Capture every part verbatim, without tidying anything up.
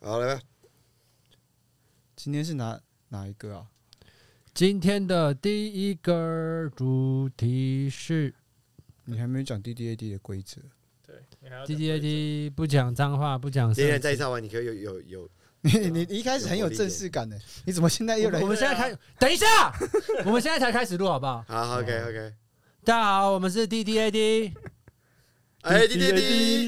好，来吧。 今天是哪哪一个啊？ 今天的第一个主题是， 你还没有讲 D D A D 的规则。 对，你还要 D D A D 不讲脏话，不讲色情。 今天再唱完，你可以有有有。 你你一开始很有正式感的，你怎么现在又来？ 我们现在开，等一下，我们现在才开始录，好不好？ 好 ，OK OK。 大家好，我们是 D D A D。 哎 ，D D A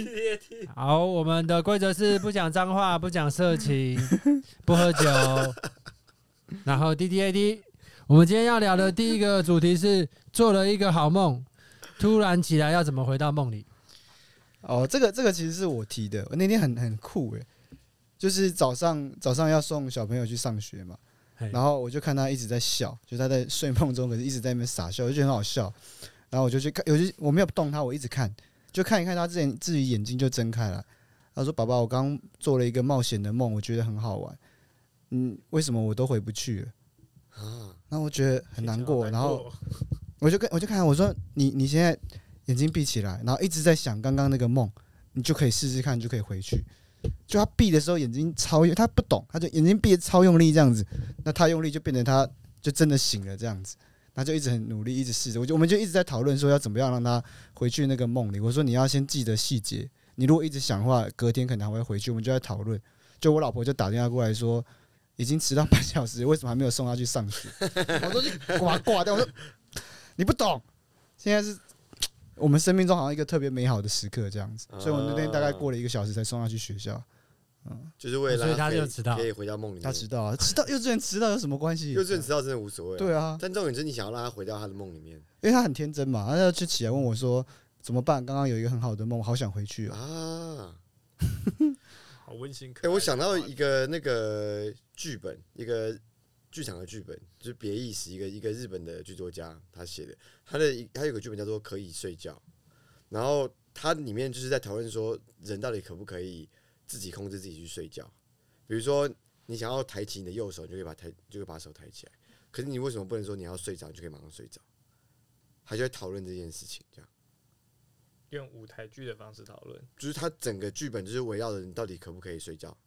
D。 好，我们的规则是不讲脏话，不讲色情，不喝酒。然后 D D A D， 我们今天要聊的第一个主题是做了一个好梦，突然起来要怎么回到梦里？ 哦，这个这个其实是我提的，我那天很很酷哎，就是早上早上要送小朋友去上学嘛，然后我就看他一直在笑，就他在睡梦中，可是一直在那边傻笑，我就觉得很好笑，然后我就去看，我就我没有动他，我一直看，就看一看他自己自己眼睛就睁开了，他说：“爸爸，我刚做了一个冒险的梦，我觉得很好玩，嗯，为什么我都回不去了？”然后我觉得很难过，然后我就跟我就看我说：“你你现在眼睛闭起来，然后一直在想刚刚那个梦，你就可以试试看，就可以回去。”就他闭的时候眼睛超用，他不懂，他就眼睛闭得超用力这样子，那他用力就变成他就真的醒了这样子，他就一直很努力，一直试着，我就我们就一直在讨论说要怎么样让他回去那个梦里。我说你要先记得细节，你如果一直想的话，隔天可能还会回去。我们就在讨论，就我老婆就打电话过来说，已经迟到半小时，为什么还没有送他去上学？我都去挂挂掉，我说你不懂，现在是。我们生命中好像一个特别美好的时刻这样子，所以我那天大概过了一个小时才送他去学校， 嗯，就是为了所以他就迟到， 可以回到梦里面。 他迟到啊，迟到幼稚园迟到有什么关系？ 幼稚园迟到真的无所谓。 对啊， 但重点是你想要让他回到他的梦里面， 因为他很天真嘛，他就起来问我说怎么办？刚刚有一个很好的梦，我好想回去啊。 好温馨可爱。哎、欸，我想到一个那个剧本，一个剧场的剧本，就是别意识，一个一个日本的剧作家他写的，他的他有个剧本叫做《可以睡觉》。然后它里面就是在讨论说，人到底可不可以自己控制自己去睡觉？比如说，你想要抬起你的右手，你就可以把抬，就可以把手抬起来。可是你为什么不能说你要睡着，你就可以马上睡着？他就会讨论这件事情，这样用舞台剧的方式讨论， 就是他整个剧本就是围绕着你到底可不可以睡觉。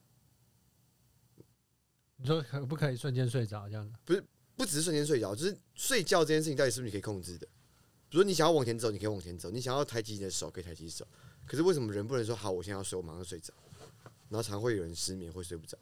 你说可不可以瞬间睡着？这样子不是，不只是瞬间睡着，就是睡觉这件事情到底是不是你可以控制的？比如说你想要往前走，你可以往前走；你想要抬起你的手，可以抬起手。可是为什么人不能说好，我现在要睡，我马上睡着？然后常会有人失眠，会睡不着。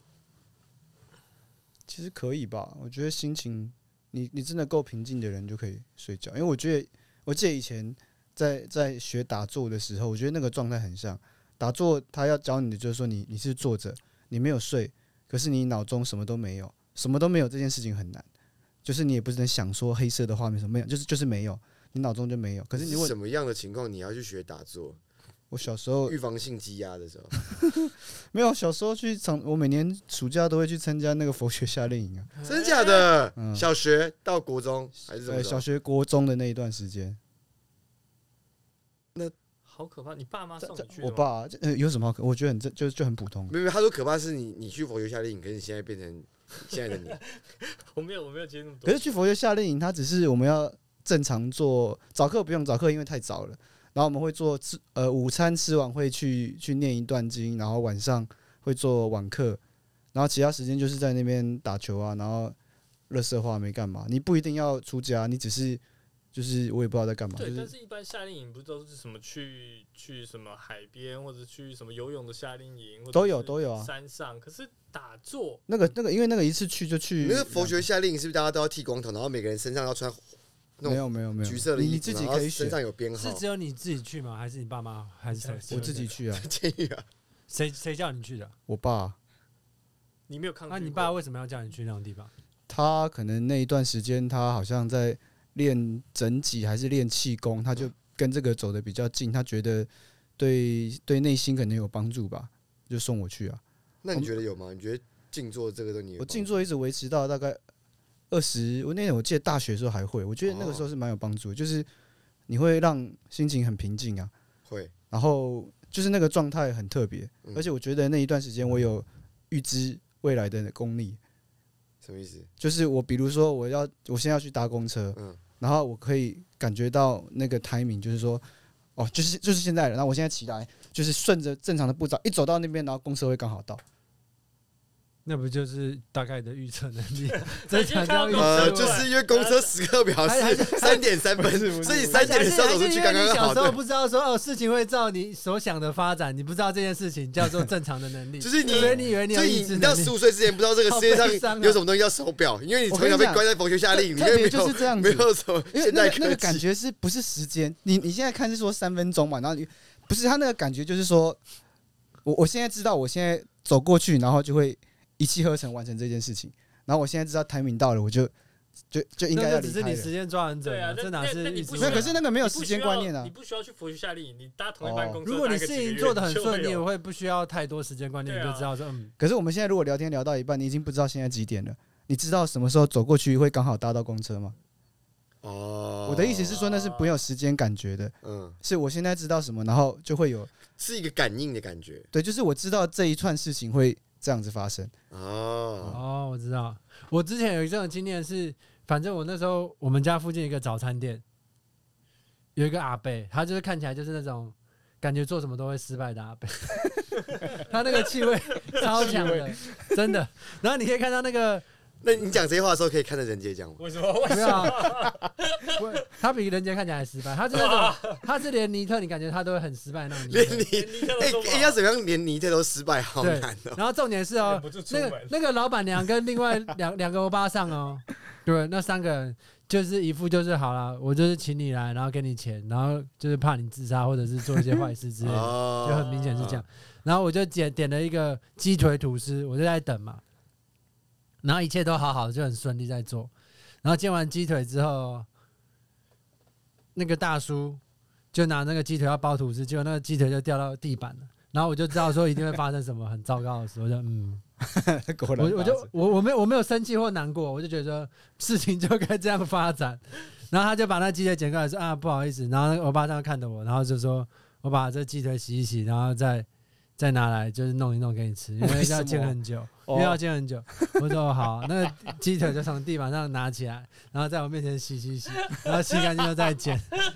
其实可以吧，我觉得心情，你你真的够平静的人就可以睡觉。因为我觉得，我记得以前在在学打坐的时候，我觉得那个状态很像打坐。他要教你的就是说你，你你是坐着，你没有睡，可是你脑中什么都没有，什么都没有，这件事情很难。就是你也不能想说黑色的画面什么没有，就是就是没有。你脑中就没有，可是你问什么样的情况你要去学打坐？ 我小时候预防性积压的时候， 没有。小时候去长，我每年暑假都会去参加那个佛学夏令营啊。 真假的？嗯、小学到国中还是什么？ 小学、国中的那一段时间。 那好可怕！你爸妈送你去的吗？ 我爸、呃、有什么好可？我觉得很就就很普通。 没有，他说可怕是你你去佛学夏令营，可是你现在变成现在的你。 我没有，我没有接那么多。 可是去佛学夏令营，它只是我们要。正常做早课不用早课，因为太早了。然后我们会做吃呃午餐吃完会去去念一段经，然后晚上会做晚课，然后其他时间就是在那边打球啊，然后垃圾话没干嘛。你不一定要出家，你只是就是我也不知道在干嘛。 对， 就是、 但是一般夏令营不都是什么去去什么海边，或者去什么游泳的夏令营， 都有都有啊。 山上可是打坐那个那个，因为那个一次去就去。 那个佛学夏令营是不是大家都要剃光头，然后每个人身上要穿？ 没有没有没有， 橘色的衣服， 你自己可以选。 身上有编号。 是只有你自己去吗？还是你爸妈？还是谁？ 我自己去啊。 监狱啊？ 谁谁叫你去的？ 我爸。 你没有抗拒？ 那你爸为什么要叫你去那种地方？ 他可能那一段时间，他好像在练整脊还是练气功，他就跟这个走得比较近，他觉得对对内心可能有帮助吧，就送我去啊。 那你觉得有吗？你觉得静坐这个对你有？ 我静坐一直维持到大概。二十，我那年我记得大学的时候还会，我觉得那个时候是蛮有帮助的，就是你会让心情很平静啊， 会， 然后就是那个状态很特别，嗯、而且我觉得那一段时间我有预知未来的功力。 什么意思？ 就是我比如说我要我现在要去搭公车，嗯，然后我可以感觉到那个 timing， 就是说，哦，就是就是现在了，然后我现在起来，就是顺着正常的步骤一走到那边，然后公车会刚好到。 那不就是大概的预测能力？正常这样预呃， 测， 就是因为公车时刻表是三点三分，所以三点的时候走出去刚刚好。 你小时候不知道说哦，事情会照你所想的发展，你不知道这件事情叫做正常的能力。 就是你， 所以你以为你有意志能力。 你到十五岁之前不知道这个世界上有什么东西叫手表，因为你从小被关在佛学夏令营， 特别就是这样子， 没有什么现代科技。 那个感觉是不是时间？你你现在看是说三分钟嘛，然后你不是他那个感觉就是说，我我现在知道我现在走过去，然后就会一气呵成完成这件事情。然后我现在知道 timing 到了，我就就就应该要离开了。 只是你时间抓很准， 啊， 这哪是预知？ 没有， 可是那个没有时间观念啊。 你不需要去佛学夏令营，你搭同一班公车， 如果你事情做得很顺，你也会不需要太多时间观念，你就知道说嗯。 可是我们现在如果聊天聊到一半，你已经不知道现在几点了，你知道什么时候走过去会刚好搭到公车吗？哦，我的意思是说那是没有时间感觉的，嗯，是我现在知道什么，然后就会有是一个感应的感觉， 对，就是我知道这一串事情会这样子发生。 哦哦，我知道。我之前有一种经验是，反正我那时候我们家附近一个早餐店，有一个阿伯，他就是看起来就是那种感觉做什么都会失败的阿伯，他那个气味超强的，真的。然后你可以看到那个， 那你讲这些话的时候可以看着人杰讲吗？ 为什么？为什么？他比人杰看起来还失败，他是那种，他是连尼特，你感觉他都会很失败那种尼特。 连尼特，哎，要怎么样连尼特都失败，好难哦。 然后重点是哦，那个那个老板娘跟另外两两个欧巴桑哦，对，那三个人就是一副就是好了，我就是请你来，然后给你钱，然后就是怕你自杀或者是做一些坏事之类的，就很明显是这样。然后我就点点了一个鸡腿吐司，我就在等嘛。然后一切都好好的，就很顺利在做。然后煎完鸡腿之后，那个大叔就拿那个鸡腿要包吐司，结果那个鸡腿就掉到地板了。然后我就知道说一定会发生什么很糟糕的事，我就嗯，我我就我我没有我没有生气或难过，我就觉得事情就该这样发展。然后他就把那鸡腿捡过来说啊不好意思，然后那个欧巴桑看着我，然后就说我把这鸡腿洗一洗，然后再再拿来就是弄一弄给你吃，因为要煎很久。因为要煎很久，我说好，那个鸡腿就从地板上拿起来，然后在我面前洗洗洗，然后洗干净就再煎。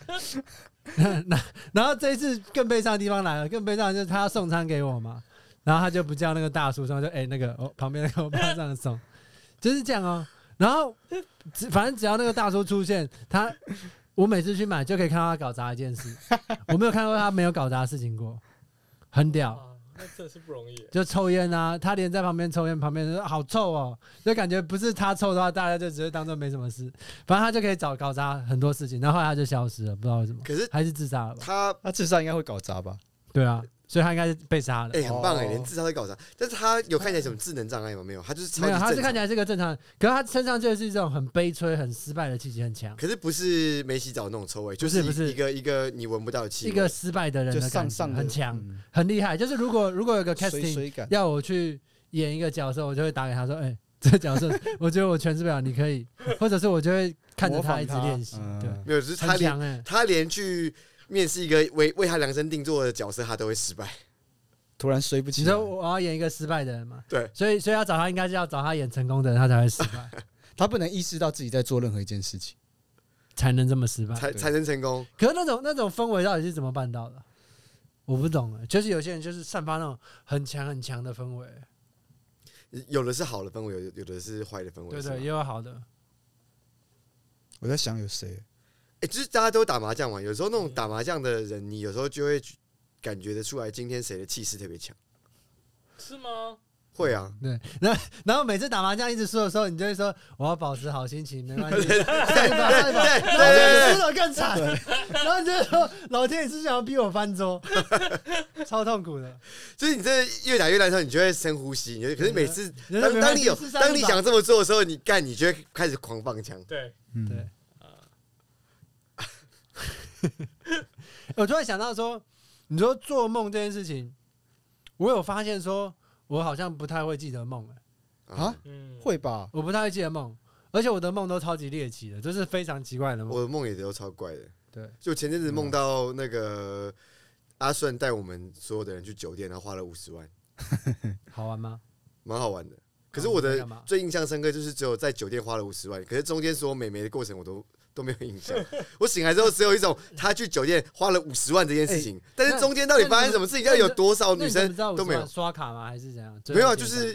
然后这一次更悲伤的地方来了，更悲伤的就是他要送餐给我嘛，然后他就不叫那个大叔送，就哎、欸、那个、哦、旁边那个欧巴桑送，就是这样哦。然后反正只要那个大叔出现，他我每次去买就可以看到他搞砸一件事，我没有看过他没有搞砸的事情过，很屌。 那真的是不容易， 就抽烟啊，他连在旁边抽烟，旁边人说好臭哦，就感觉不是他臭的话，大家就只会当做没什么事。反正他就可以找搞砸很多事情，然后后来他就消失了，不知道为什么。 可是还是自杀了吧？ 他他自杀应该会搞砸吧？ 对啊，所以他应该是被杀了。 哎、欸，很棒哎、欸，连自杀都搞砸。但是他有看起来什么智能障碍吗？没有，他就是没有，他是看起来是个正常人，可是他身上就是这种很悲催、很失败的气息很强。 可是不是没洗澡那种臭味，就是不是一个一个你闻不到的气味， 一个失败的人的感觉很强、嗯，很厉害。就是如果如果有个 casting 要我去演一个角色，我就会打给他说：“哎、欸，这个角色我觉得我诠释不了，你可以。”或者是我就会看着他一直练习。对， 没有，就是他连、欸、他连去面试一个为为他量身定做的角色，他都会失败。 突然睡不起来。 你说我要演一个失败的人嘛？ 对， 所以所以要找他，应该是要找他演成功的人，他才会失败。 他不能意识到自己在做任何一件事情， 才能这么失败， 才才能成功。 可是那种那种氛围到底是怎么办到的？我不懂了。就是有些人就是散发那种很强很强的氛围， 有的是好的氛围，有有的是坏的氛围。 对 对, 對，也有好的。 我在想有谁？ 哎、欸，就是大家都打麻将嘛，有时候那种打麻将的人，你有时候就会感觉得出来，今天谁的气势特别强， 是吗？ 会啊， 对，然后然后每次打麻将一直输的时候，你就会说我要保持好心情，没关系，下一把下一把，然后输的更惨，然后你就说老天，你是想要逼我翻桌，超痛苦的。 就是你这越打越烂的时候，你就会深呼吸，你可是每次当当你有当你想这么做的时候，你干，你就会开始狂放枪。 对， 嗯、对。我突然想到说，你说做梦这件事情，我有发现说，我好像不太会记得梦啊，会吧？ 我不太会记得梦，而且我的梦都超级猎奇的，就是非常奇怪的梦。 我的梦也都超怪的。 对， 就前阵子梦到那个阿顺带我们所有的人去酒店，然后花了五十万， 好玩吗？ 蛮好玩的。可是我的最印象深刻就是只有在酒店花了五十万，可是中间所有美眉的过程我都。都没有印象。我醒来之后，只有一种他去酒店花了五十万这件事情，欸、但是中间到底发生什么事情，要有多少女生都没有刷卡吗？还是怎样？ 没有，就是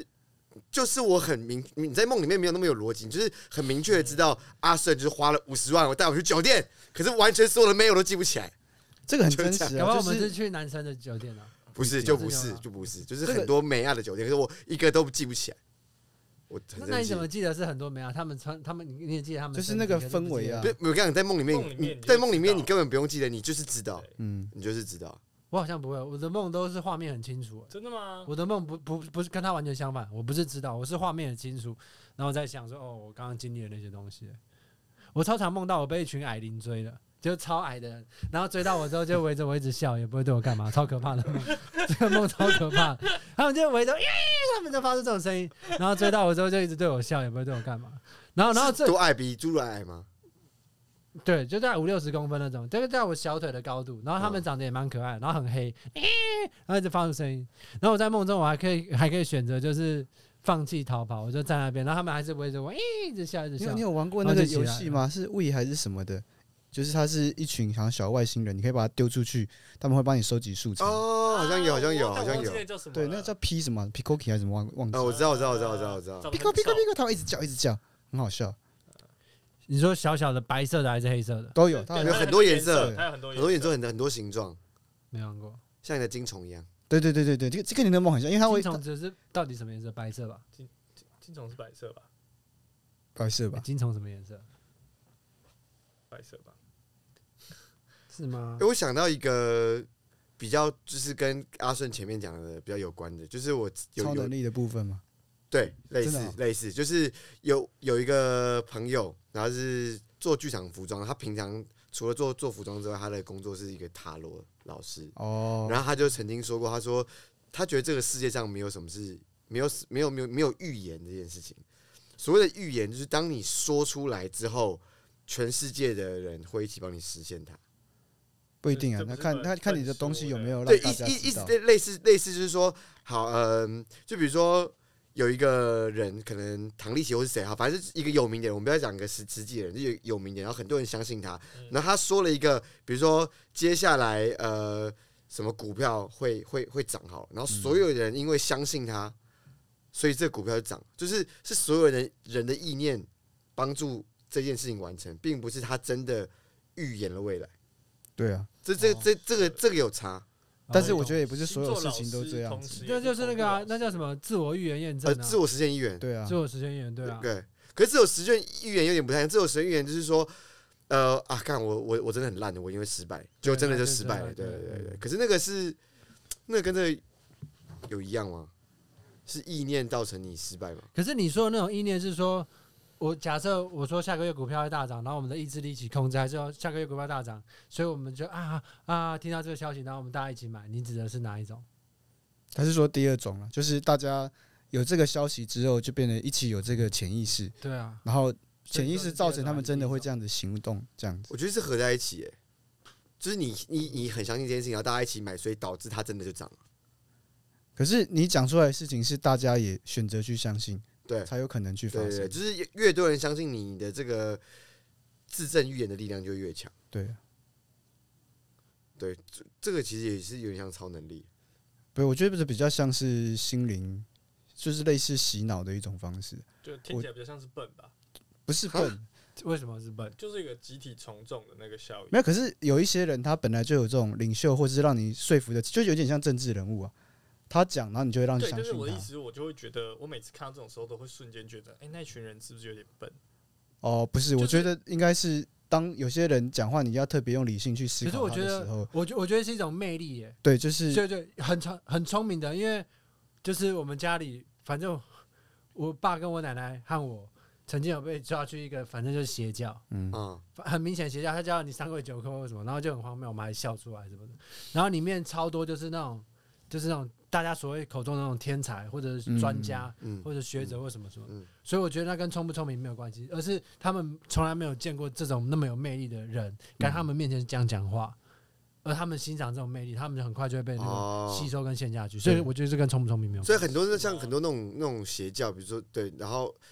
就是我很明，你在梦里面没有那么有逻辑，你就是很明确的知道阿胜就是花了五十万我带我去酒店，可是完全所有的妹我都记不起来。 这个很真实啊， 要不然我们就是去男生的酒店啊？ 不是，就不是是，就不是，就是很多美亚的酒店，可是我一个都记不起来。我那那你怎么记得是很多美亚？他们穿，他们你你也记得他们就是那个氛围啊。 对，我跟你讲，在梦里面，你在梦里面你根本不用记得，你就是知道，嗯，你就是知道。 我好像不会，我的梦都是画面很清楚。 真的吗？ 我的梦不不不是跟他完全相反，我不是知道，我是画面很清楚，然后在想说，哦，我刚刚经历了那些东西。我超常梦到我被一群矮灵追了。就超矮的人，然后追到我之后就围着我一直笑，也不会对我干嘛，超可怕的梦。这个梦超可怕，他们就围着，他们就发出这种声音，然后追到我之后就一直对我笑，也不会对我干嘛。然后，然后这多矮比侏儒矮吗？ 对，就在五六十公分那种，这个在我小腿的高度。然后他们长得也蛮可爱，然后很黑，然后一直发出声音。然后我在梦中我还可以还可以选择就是放弃逃跑，我就在那边，然后他们还是围着我，一直笑一直笑。 你有玩过那个游戏吗？是 Wii 还是什么的？就是它是一群好像小外星人，你可以把它丢出去，他们会帮你收集素材。 哦，好像有，好像有，好像有。 对，那叫 P 什么 Picoki 还是什么忘忘记了？ 哦，我知道，我知道，我知道，我知道，我知道。 Pico Pico Pico， 它会一直叫，一直叫，很好笑。 你说小小的白色的还是黑色的？ 都有，它有很多颜色， 它有很多很多颜色，很很多形状。 没玩过， 像你的金虫一样。 对对对对对，这个这跟你的梦很像，因为它会。 金虫只是到底什么颜色？白色吧。 金金虫是白色吧？ 白色吧。 金虫什么颜色？ 白色吧。 是吗？ 我想到一个比较，就是跟阿顺前面讲的比较有关的，就是我有超能力的部分吗？ 对，类似、 哦、 类似，就是有有一个朋友，然后是做剧场服装，他平常除了做做服装之外，他的工作是一个塔罗老师。哦，然后他就曾经说过，他说他觉得这个世界上没有什么是没有没有没有没有预言这件事情。所谓的预言，就是当你说出来之后，全世界的人会一起帮你实现它。 不一定啊，那看他看你的东西有没有让对大家一一知道。 类似类似就是说，好，嗯、呃，就比如说有一个人，可能唐立奇或是谁哈，反正是一个有名的人，我们不要讲一个实实际的人，就有有名的人，然后很多人相信他，然后他说了一个，比如说接下来呃什么股票会会会涨好，然后所有人因为相信他，所以这个股票就涨，就是是所有人人的意念帮助这件事情完成，并不是他真的预言了未来。 对啊， 这这这这个这个有差， 但是我觉得也不是所有事情都这样子。 那就是那个啊，那叫什么自我预言验证啊？ 呃，自我实现预言。 对啊， 自我实现预言，对啊。 对，可是自我实现预言有点不太一样。自我实现预言就是说，呃啊，看我我我真的很烂的，我因为失败，就真的就失败了。对对对对。可是那个是，那个跟这个有一样吗？是意念造成你失败吗？ 可是你说的那种意念是说。我假设我说下个月股票会大涨，然后我们的意志力一起控制，还是要下个月股票大涨，所以我们就啊啊听到这个消息，然后我们大家一起买。你指的是哪一种？ 还是说第二种了？就是大家有这个消息之后，就变得一起有这个潜意识。 对啊， 然后潜意识造成他们真的会这样子行动，这样子。 我觉得是合在一起，哎，就是你你你很相信这件事情，然后大家一起买，所以导致它真的就涨了。 可是你讲出来的事情是大家也选择去相信。 对， 才有可能去发生。 对对对，就是越多人相信你的这个自证预言的力量就越强。 对， 对，这这个其实也是有点像超能力。 不，我觉得比较像是心灵，就是类似洗脑的一种方式。 就听起来比较像是笨吧？ 不是笨， 为什么是笨？ 就是一个集体从众的那个效应。 没有，可是有一些人他本来就有这种领袖，或者是让你说服的，就有点像政治人物啊。他讲，然后你就会让你相信他。 对，但是我的意思，我就会觉得，我每次看到这种时候，都会瞬间觉得，哎、欸，那群人是不是有点笨？ 哦，不是，就是、我觉得应该是当有些人讲话，你要特别用理性去思考他的时候， 我觉我觉得是一种魅力耶。 对，就是对对，很聪很聪明的，因为就是我们家里，反正我爸跟我奶奶和我曾经有被抓去一个，反正就是邪教，嗯，很明显邪教，他叫你三跪九叩或什么，然后就很荒谬，我们还笑出来什么的，然后里面超多就是那种。就是那种大家所谓口中的那种天才，或者是专家，嗯、或者学者，或什么什么，嗯、所以我觉得那跟聪不聪明没有关系，而是他们从来没有见过这种那么有魅力的人，在他们面前这样讲话，而他们欣赏这种魅力，他们就很快就会被那个吸收跟陷下去。哦、所以我觉得这跟聪不聪明没有关系。 所以很多像很多那种那种邪教，比如说对，然后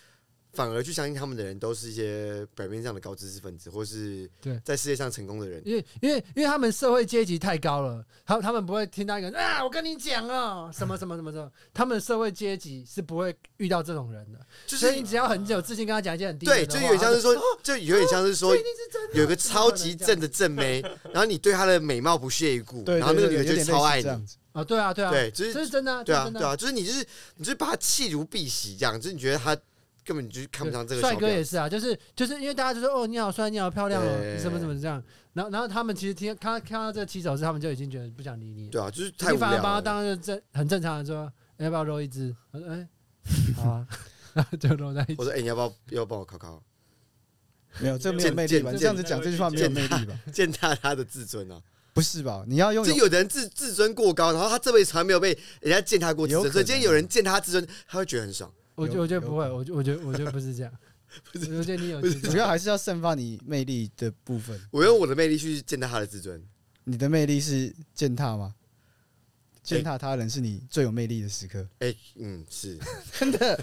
反而去相信他们的人都是一些表面上的高知识分子，或是在世界上成功的人。 因为因为因为他们社会阶级太高了，他他们不会听到一个人啊，我跟你讲哦，什么什么什么什么，他们社会阶级是不会遇到这种人的。就是所以你只要很有自信跟他讲一些很低的话， 对，就有点像是说，就有点像是说，有一个超级正的正妹，然后你对她的美貌不屑一顾，然后那个女的就超爱你。 啊，对啊，对啊， 对，就是这是真的， 对啊，对啊，就是你就是你就是把她弃如敝屣这样，就是你觉得她根本就是看不上这个。 帅哥也是啊，就是就是因为大家就说哦，你好帅，你好漂亮哦，什么什么这样，然后然后他们其实听看看到这个起手式，他们就已经觉得不想理你。 对啊，就是太无聊了。 你反而把他当成正很正常的说，要不要揉一只？我说哎，好啊，然后就揉在一起。 我说哎，你要不要要不要帮我考考？ 没有，这没有魅力吧？这样子讲这句话没有魅力吧？ 践踏他的自尊啊。 不是吧？你要用就有的人自自尊过高，然后他这辈子从来没有被人家践踏过自尊，所以今天有人践踏他自尊，他会觉得很爽。 我觉我觉得不会，我我觉得我觉得不是这样。我觉得你有主要还是要散发你魅力的部分。 我用我的魅力去践踏他的自尊。 你的魅力是践踏吗？践踏他人是你最有魅力的时刻。 哎、欸，嗯，是真的，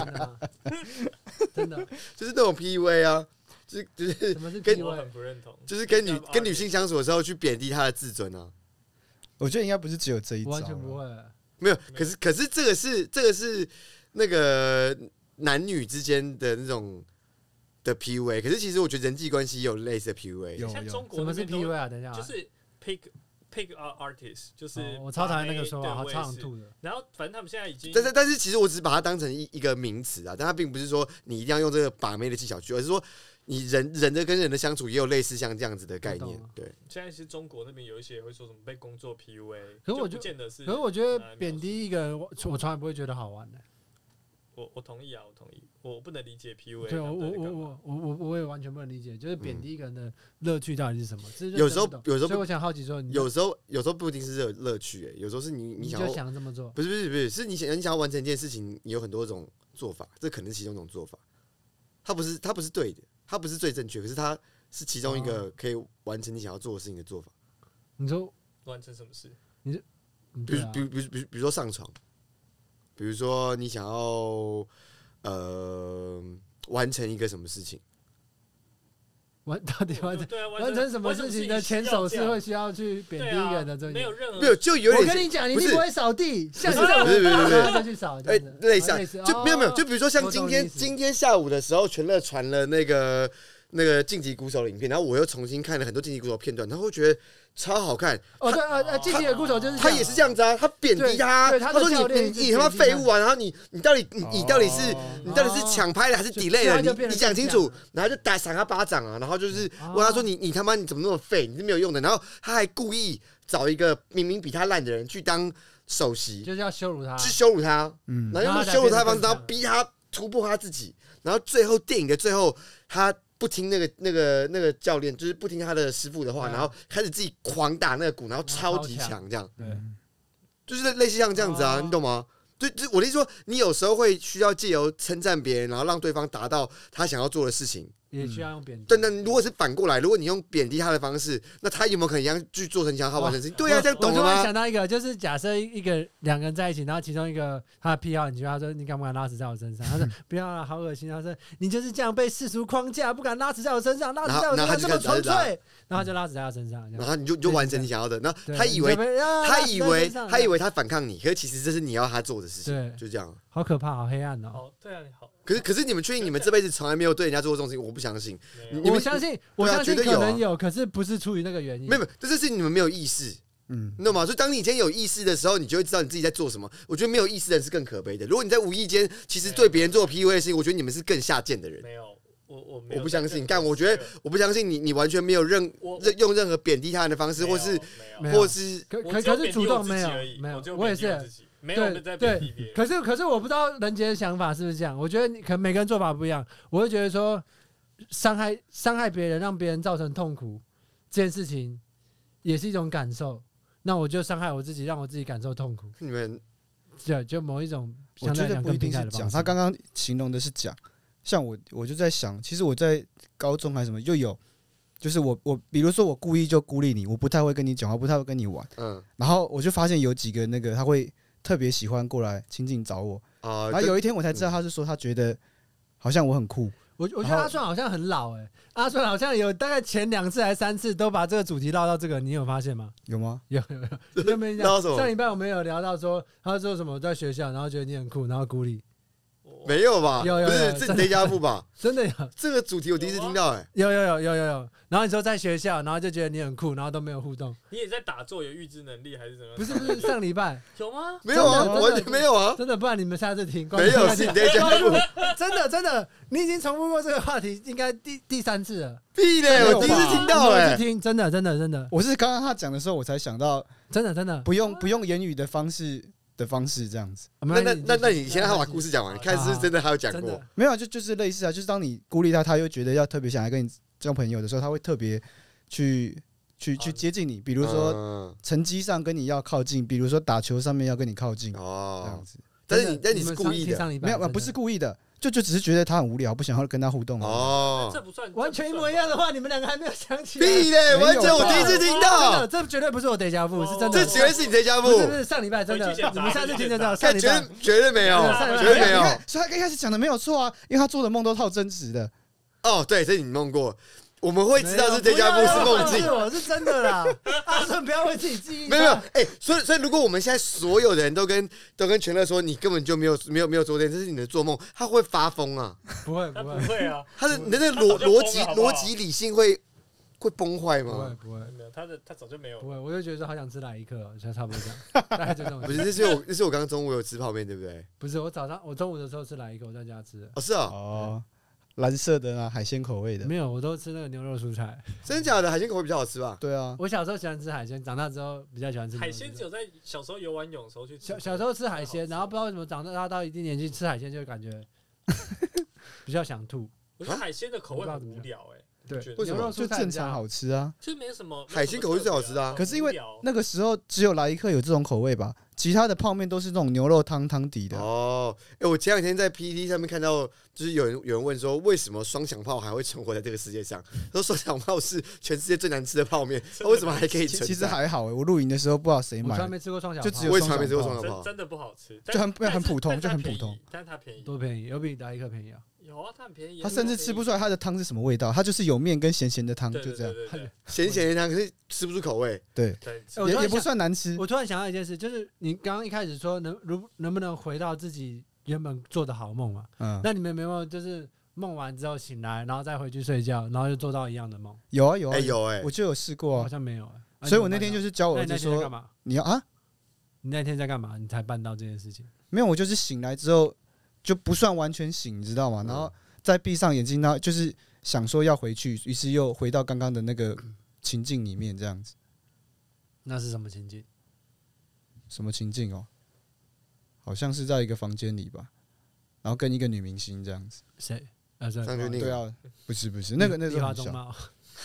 真的， 就是那种 P U A 啊。就是就是跟我很不认同， 就是跟女跟女性相处的时候去贬低她的自尊啊。 我觉得应该不是只有这一招， 完全不会。 没有，可是可是这个是这个是那个男女之间的那种的 P U A， 可是其实我觉得人际关系也有类似的 P U A。 有像中国什么是 P U A 啊？等一下， 就是 pick pick artist， 就是、 哦、我超讨厌那个说法，好超想吐的。 然后反正他们现在已经， 但是但是其实我只是把它当成一一个名词啊，但它并不是说你一定要用这个把妹的技巧去，而是说。你人人的跟人的相处也有类似像这样子的概念，对。 现在是中国那边有一些会说什么被工作 P U A， 可是我就不见得是。 可是我觉得贬低一个人，我我从来不会觉得好玩的。 我我同意啊，我同意，我不能理解 P U A。 对，我我我我我我我也完全不能理解，就是贬低一个人的乐趣到底是什么？ 嗯、有时候有时候， 所以我想好奇说， 有时候有时候不一定是乐乐趣、欸，有时候是你你想你就想这么做， 不是不是不是，是你想你想要完成一件事情，你有很多种做法，这可能是其中一种做法，它不是它不是对的。它不是最正确，可是它是其中一个可以完成你想要做的事情的做法。 你说完成什么事？ 你是比如比如比如比如比如说上床，比如说你想要呃完成一个什么事情。 完到底完成对、啊、 完成什么事情的前手是会需要去贬低一个人的， 没有任何没有就有点。 我跟你讲，你一定不会扫地，像你这样， 不是不是不是， 就去扫。 哎，类似就没有没有，就比如说像今天今天下午的时候，全乐传了那个那个晋级鼓手的影片，然后我又重新看了很多晋级鼓手片段，然后会觉得超好看。 哦，对呃，晋级的鼓手就是他也是这样子啊，他贬低他，他说你你你他妈废物啊，然后你你到底你你到底是你到底是抢拍的还是 delay 的？你你讲清楚，然后就打赏他巴掌啊，然后就是问他说你你他妈你怎么那么废，你是没有用的，然后他还故意找一个明明比他烂的人去当首席， 就是要羞辱他， 去羞辱他，嗯，然后用羞辱他的方式，然后逼他突破他自己，然后最后电影的最后他。不听那个那个那个教练，就是不听他的师傅的话，然后开始自己狂打那个鼓，然后超级强，这样， 对， 就是类似像这样子啊，你懂吗？对，就我的意思说，你有时候会需要借由称赞别人，然后让对方达到他想要做的事情。 也需要用贬低。 对，那如果是反过来，如果你用贬低他的方式，那他有没有可能一样去做成想要他完成的事情？对啊，这样懂了吗？ 我突然想到一个，就是假设一个两个人在一起，然后其中一个他的癖好，你觉得他说你敢不敢拉屎在我身上？他说不要了，好恶心。他说你就是这样被世俗框架，不敢拉屎在我身上，拉屎在我身上这么纯粹，然后就拉屎在他身上， 然后你就就完成你想要的。那他以为他以为他以为他反抗你，可是其实这是你要他做的事情，就这样。 好可怕，好黑暗哦。 哦，对啊，你好。 可是可是你们确定你们这辈子从来没有对人家做过这种事情？我不相信。 我相信，我相信可能有，可是不是出于那个原因。 没有，这是你们没有意识，嗯，你懂吗？所以当你今天有意识的时候，你就会知道你自己在做什么。我觉得没有意识的人是更可悲的。如果你在无意间其实对别人做 P U A 的事情，我觉得你们是更下贱的人。 没有，我我我不相信。干，我觉得我不相信你，你完全没有任用任何贬低他人的方式，或是或是可可可是主动没有没有，我也是。 没有在贬低别人。 可是可是我不知道人杰的想法是不是这样。我觉得可能每个人做法不一样。我会觉得说，伤害伤害别人，让别人造成痛苦，这件事情也是一种感受。那我就伤害我自己，让我自己感受痛苦。 你们对，就某一种我觉得不一定是讲。他刚刚形容的是讲，像我我就在想，其实我在高中还是什么就有。就是我我比如说我故意就孤立你，我不太会跟你讲话，不太会跟你玩，嗯，然后我就发现有几个那个他会特别喜欢过来亲近找我，啊，然后有一天我才知道他是说他觉得好像我很酷。 我我觉得阿顺好像很老哎、欸，阿顺好像有大概前两次还三次都把这个主题绕到这个，你有发现吗？ 有吗？ 有有有，有没有绕什么？ 上礼拜我们有聊到说，他说什么在学校，然后觉得你很酷，然后鼓励。 没有吧？ 有有有不是，这你 Deja vu 吧？ 真的有这个主题我第一次听到，哎， 有有有有有有。然后你说在学校，然后就觉得你很酷，然后都没有互动。 你也在打坐，有预知能力还是怎么样？ 不是不是，上礼拜有吗？ 没有啊， 真的完全没有啊， 真的，不然你们下次听。 没有是你 Deja vu， 真的真的，你已经重复过这个话题，应该第第三次了。 屁嘞！我第一次听到，哎， 听，真的真的真的， 我是刚刚他讲的时候，我才想到， 真的真的不用不用言语的方式。的方式这样子， 那那那那你先让他把故事讲完，看是不是真的他有讲过？ 没有，就就是类似啊，就是当你孤立他，他又觉得要特别想来跟你交朋友的时候，他会特别去去去接近你，比如说成绩上跟你要靠近，比如说打球上面要跟你靠近，哦，这样子。 但是你但你是故意的， 没有，不是故意的。就就只是觉得他很无聊，不想要跟他互动哦。 这不算完全一模一样的话，你们两个还没有想起来。屁嘞！完全我第一次听到， 这绝对不是我 Deja vu，是真的。 这绝对是你 Deja vu， 不是不是上礼拜真的，你们下次听就知道。上礼拜绝对没有，绝对没有。 所以他一开始讲的没有错啊，因为他做的梦都套真实的。 哦，对，这是你梦过。我们会知道是 Deja vu 是梦境， 我是真的啦。阿顺不要为自己记忆。 没有没有，哎，所以所以如果我们现在所有的人都跟都跟全乐说你根本就没有没有没有做这件事，这是你的做梦，他会发疯啊！ 不会不会不会啊， 他的你的那逻逻辑逻辑理性会会崩坏吗？ 不会不会， 没有他的他早就没有。 不会，我就觉得说好想吃来一克，就差不多这样，大概就这种。 不是，这是我这是我刚刚中午有吃泡面，对不对？ 不是，我早上我中午的时候吃来一克，我在家吃。 哦，是啊。 哦。蓝色的啊，海鲜口味的没有，我都吃那个牛肉蔬菜。 真假的海鲜口味比较好吃吧？ 对啊， 我小时候喜欢吃海鲜，长大之后比较喜欢吃海鲜。只有在小时候游完泳的时候去吃。 小小时候吃海鲜，然后不知道为什么长大到一定年纪吃海鲜就感觉比较想吐。 我觉得海鲜的口味很无聊哎、欸。 对， 为什么就正常好吃啊？ 就没什么海鲜口味最好吃啊。 可是因为那个时候只有来一克有这种口味吧，其他的泡面都是那种牛肉汤汤底的。 哦，哎、欸，我前两天在 P T T 上面看到，就是有人有人问说，为什么双响炮还会存活在这个世界上？说双响炮是全世界最难吃的泡面，它为什么还可以存在？ 其实还好、欸，我露营的时候不知道谁买， 我从来没吃过双响炮， 就只有双响炮， 我也从来没吃过双响炮， 真的不好吃， 就很很普通，就很普通。 但是它便宜， 多便宜？有比来一克便宜啊？ 有啊，它很便宜。 他甚至吃不出来它的汤是什么味道，它就是有面跟咸咸的汤，就这样。 咸咸的汤，可是吃不出口味。 对，也也不算难吃。 我突然想到一件事，就是你刚刚一开始说能如能不能回到自己原本做的好梦嘛？嗯，那你们有没有就是梦完之后醒来，然后再回去睡觉，然后就做到一样的梦？ 有啊有啊， 哎有哎， 我就有试过啊， 好像没有哎。 所以我那天就是教我儿子说， 干嘛？ 你要啊？ 你那天在干嘛？你才办到这件事情？ 没有，我就是醒来之后就不算完全醒，你知道吗？然后再闭上眼睛，然后就是想说要回去，于是又回到刚刚的那个情境里面，这样子。 那是什么情境？ 什么情境哦？好像是在一个房间里吧，然后跟一个女明星这样子。 谁？啊， 对啊，不是不是，那个那时候很小。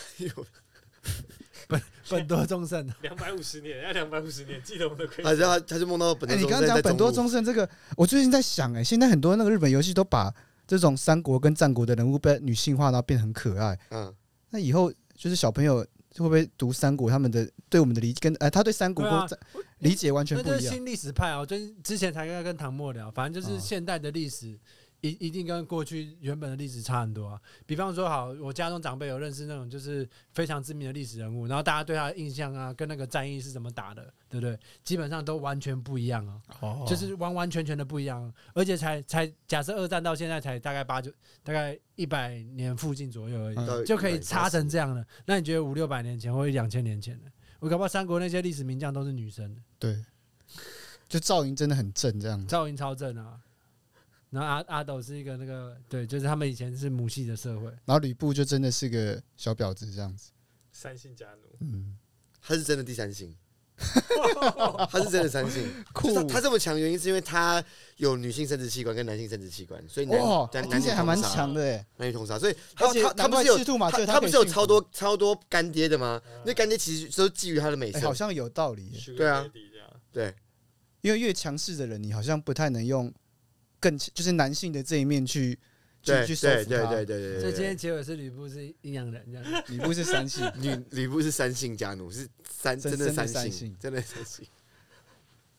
本本多忠胜， 两百五十年，要两百五十年，记得我们的规则。他他就梦到本多忠胜。 你刚刚讲本多忠胜这个，我最近在想，哎，现在很多那个日本游戏都把这种三国跟战国的人物被女性化，然后变得很可爱。嗯，那以后就是小朋友会不会读三国，他们的对我们的理解跟哎，他对三国跟理解完全不一样。 那就是新历史派啊！我最近之前才跟跟唐默聊，反正就是现代的历史。一一定跟过去原本的历史差很多啊！比方说，好，我家中长辈有认识那种就是非常知名的历史人物，然后大家对他的印象啊，跟那个战役是怎么打的，对不对？基本上都完全不一样啊，哦、就是完完全全的不一样、啊。而且才才假设二战到现在才大概八九大概一百年附近左右而已，嗯、就可以差成这样了。那你觉得五六百年前或者两千年前呢？我搞不好三国那些历史名将都是女生的， 对，就赵云真的很正这样。 赵云超正啊！然后阿阿斗是一个那个对，就是他们以前是母系的社会。 然后吕布就真的是个小婊子这样子。 三姓家奴， 嗯，他是真的第三姓，他是真的三姓。酷，他, 他这么强，原因是因为他有女性生殖器官跟男性生殖器官，所以男哇，听起来还蛮强的哎， 男女通杀。所以他他他不是有他他不是有超多超多干爹的吗？那干爹其实都基于他的美色， 好像有道理。 对啊，对， 因为越强势的人，你好像不太能用。更就是男性的这一面去去去收服他， 对对对对对。 所以今天结尾是吕布是阴阳人这样， 吕布是三姓， 吕吕布是三姓家奴，是三真的三姓，真的三姓。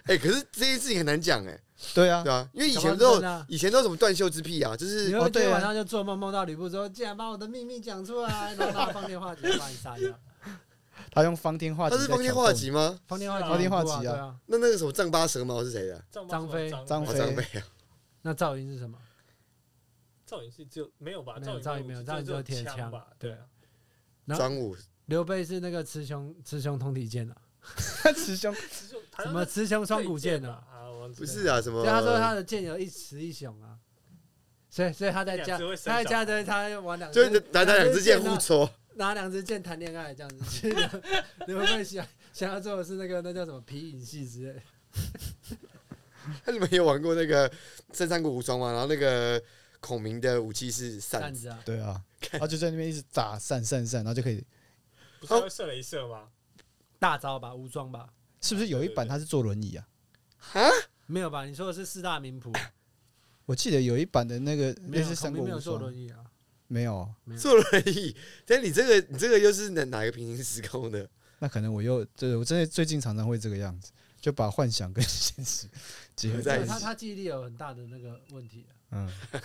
哎、欸，可是这件事情很难讲哎、欸。 对啊， 对啊，因为以前都有、 啊、 以前都有什么断袖之癖啊，就是你会今天晚上就做梦梦到吕布说，竟然把我的秘密讲出来，然后拿放电话机把你杀掉。 他用方天画戟， 他是方天画戟吗？ 方天画戟， 方天画戟啊！ 那那个什么丈八蛇矛是谁的？ 张飞， 张飞， 张飞啊。 那赵云是什么？ 赵云是只有没有吧？ 没有赵云没有，赵云只有铁枪吧？ 对啊。 张武， 刘备是那个雌雄雌雄同体剑啊。 雌雄什么雌雄双股剑啊？ 不是啊，什么？ 他说他的剑有一雌一雄啊，所以所以他在家，他在家的他玩两， 就拿拿两支剑互戳， 拿两支剑谈恋爱这样子。刘备想想要做的是那个那叫什么皮影戏之类。 他们有玩过那个《真三国无双》吗？然后那个孔明的武器是扇子， 啊， 对啊，他就在那边一直打扇扇扇，然后就可以。 不是会射雷射吗？ 大招吧，无双吧。 是不是有一版他是坐轮椅啊？ 啊？ 没有吧？你说的是四大名捕。 我记得有一版的那个类似三国无双， 没有坐轮椅啊， 没有坐轮椅。但你这个你这个又是哪哪个平行时空的？ 那可能我又对我真的最近常常会这个样子，就把幻想跟现实结合在一起。 他他记忆力有很大的那个问题、啊。 嗯。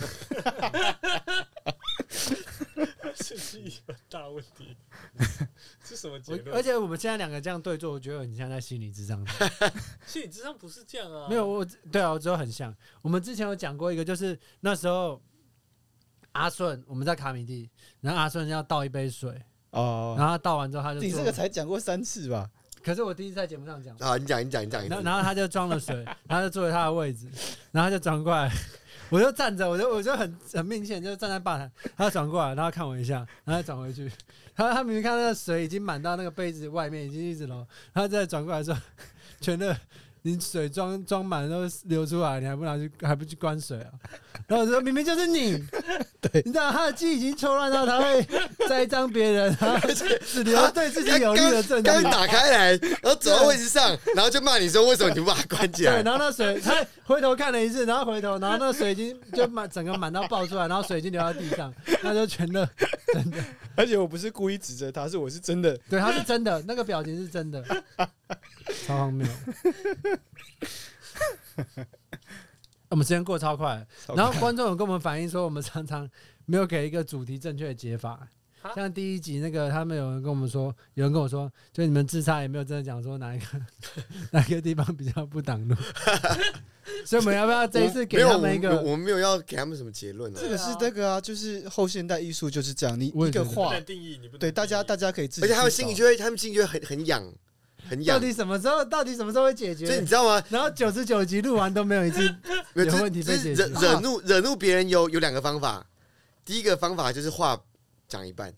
是记忆很大问题。是什么结论？ 而且我们现在两个这样对坐，我觉得很像在心理智商。 心理智商不是这样啊。 没有，我对啊，我只有很像。我们之前有讲过一个，就是那时候阿顺我们在卡米蒂，然后阿顺要倒一杯水。哦，然后他倒完之后，他就你这个才讲过三次吧？ 可是我第一次在节目上讲。 啊，你讲，你讲，你讲。 然后他就装了水，然后就坐在他的位置，然后他就转过来，我就站着，我就我就很很明显就是站在吧台，他转过来，然后看我一下，然后再转回去。他他明明看那个水已经满到那个杯子外面，已经一直了，然后再转过来说：“全乐，你水装装满都流出来，你还不拿去还不去关水啊？”然后我说：“明明就是你。”对，你知道他的记忆已经错乱到他会栽赃别人，然后只留对自己有利的证据。 刚打开来，然后走到位置上，然后就骂你说：“为什么你不把它关起来？” 对，然后那水他回头看了一次，然后回头，然后那水已经就满整个满到爆出来，然后水已经流到地上，那就全乐真的。 而且我不是故意指责他，是我是真的， 对，他是真的，那个表情是真的，超荒谬。我们时间过超快，然后观众有跟我们反映说，我们常常没有给一个主题正确的解法。像第一集那个，他们有人跟我们说，有人跟我说，就你们自杀也没有真的讲说哪一个哪一个地方比较不挡路，所以我们要不要这一次给他们一个？ 我们没有要给他们什么结论啊。 这个是那个啊，就是后现代艺术就是这样，你一个画，对大家大家可以自己， 而且他们心里就会，他们心里就会很很痒。很痒， 到底什么时候？到底什么时候会解决？ 所以你知道吗？ 然后九十九集录完都没有一次有问题被解决。 惹惹怒惹怒别人有有两个方法，第一个方法就是话讲一半，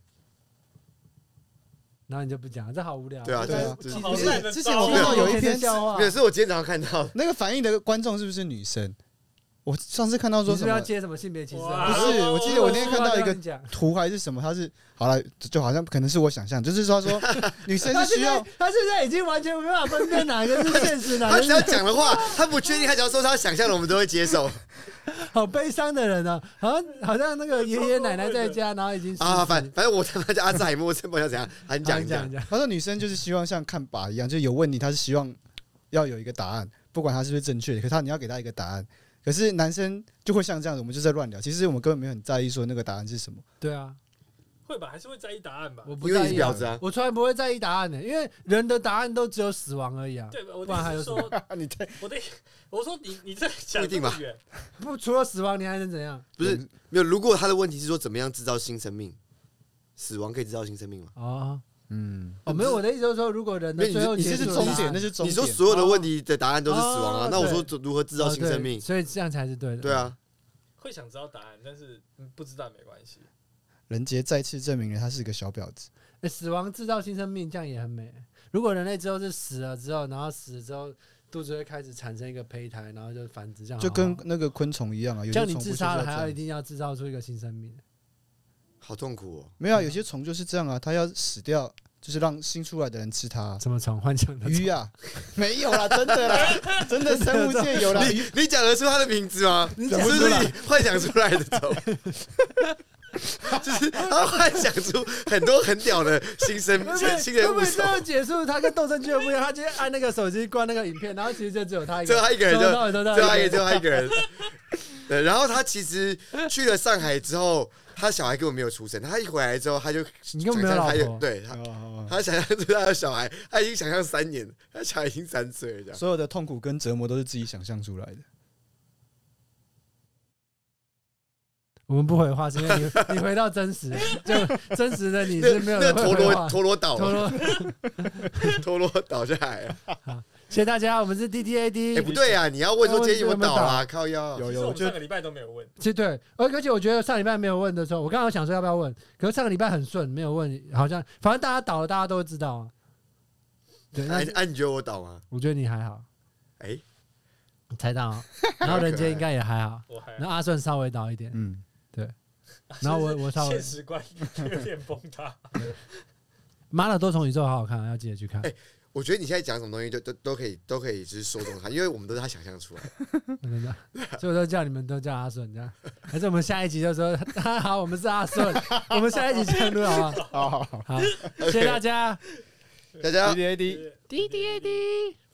然后你就不讲，这好无聊。 对啊，对啊。 不是之前我看到有一篇笑话， 没有，是我今天早上看到那个反应的观众是不是女生？我上次看到说什么要接什么性别歧视？ 不是，我记得我那天看到一个图还是什么，他是好了，就好像可能是我想象，就是说说女生是需要， 他现在已经完全没办法分辨哪个是现实，哪个是。 他只要讲的话，他不确定，他只要说他想象的，我们都会接受。 好悲伤的人啊，好像好像那个爷爷奶奶在家，然后已经啊，反反正我他妈叫阿兹海默症，不要怎样，你讲讲讲。他说女生就是希望像看靶一样，就有问题，他是希望要有一个答案，不管他是不是正确的，可他你要给他一个答案。可是男生就会像这样子，我们就在乱聊。其实我们根本没有很在意说那个答案是什么。 对啊， 会吧？还是会在意答案吧？ 我不在意婊子啊！ 我从来不会在意答案的，因为人的答案都只有死亡而已啊。 对，我不然还有什么？ 你对， 我的我说你你这想这么远， 不除了死亡你还能怎样？ 不是没有。如果他的问题是说怎么样制造新生命，死亡可以制造新生命吗？ 哦。 嗯， 哦，没有，我的意思就是说，如果人的最后你这是终点，那是终点。 你说所有的问题的答案都是死亡啊？那我说如何制造新生命？ 所以这样才是对的。 对啊， 会想知道答案，但是不知道没关系。 人杰再次证明了他是个小婊子。 欸、死亡制造新生命，这样也很美。如果人类之后是死了之后，然后死了之后肚子会开始产生一个胚胎，然后就繁殖，这样好好就跟那个昆虫一样啊。 像你自杀了，还要一定要制造出一个新生命， 好痛苦哦。 没有、啊，有些虫就是这样啊，它要死掉。就是让新出来的人吃它、啊。 什么虫？幻想的鱼啊？没有啦，真的啦，真的生物界有啦。 你你讲得出它的名字吗？ 你讲不出来，幻想出来的虫。 就是他幻想出很多很屌的新生新人物手。 最后结束，他跟斗争俱乐部一样，他今天按那个手机关那个影片，然后其实就只有他一个， 只有他一个人就， 就只有他一个，只有他一个人。对，然后他其实去了上海之后，他小孩根本没有出生。他一回来之后，他就你根本没有老婆， 对他，他想象出他的小孩，他已经想象三年，他小孩已经三岁了，这样。 所有的痛苦跟折磨都是自己想象出来的。 我们不回话，是因为你你回到真实，就真实的你是没有那陀螺陀陀螺岛， 陀螺陀螺倒下来了。 好，谢谢大家，我们是 D D A D。 哎，不对啊，你要问说今天有没有倒啊？靠腰。 有有，我上个礼拜都没有问。 其实对，而且我觉得上礼拜没有问的时候，我刚刚想说要不要问，可是上个礼拜很顺，没有问，好像反正大家倒了，大家都知道啊。对，那哎，你觉得我倒吗？ 我觉得你还好。 哎， 猜到，然后人杰应该也还好， 我还好， 然后阿顺稍微倒一点， 嗯， 对，然后我我稍微现实观有点崩塌。 妈的多重宇宙好好看，要记得去看。 哎，我觉得你现在讲什么东西都都都可以都可以就是说中他，因为我们都是他想象出来的。 真的，所以我都叫你们都叫阿顺这样，还是我们下一集就说好，我们是阿顺，我们下一集这样录好不好？ 好好好， 好，谢谢大家， 大家 D D A D D D A D。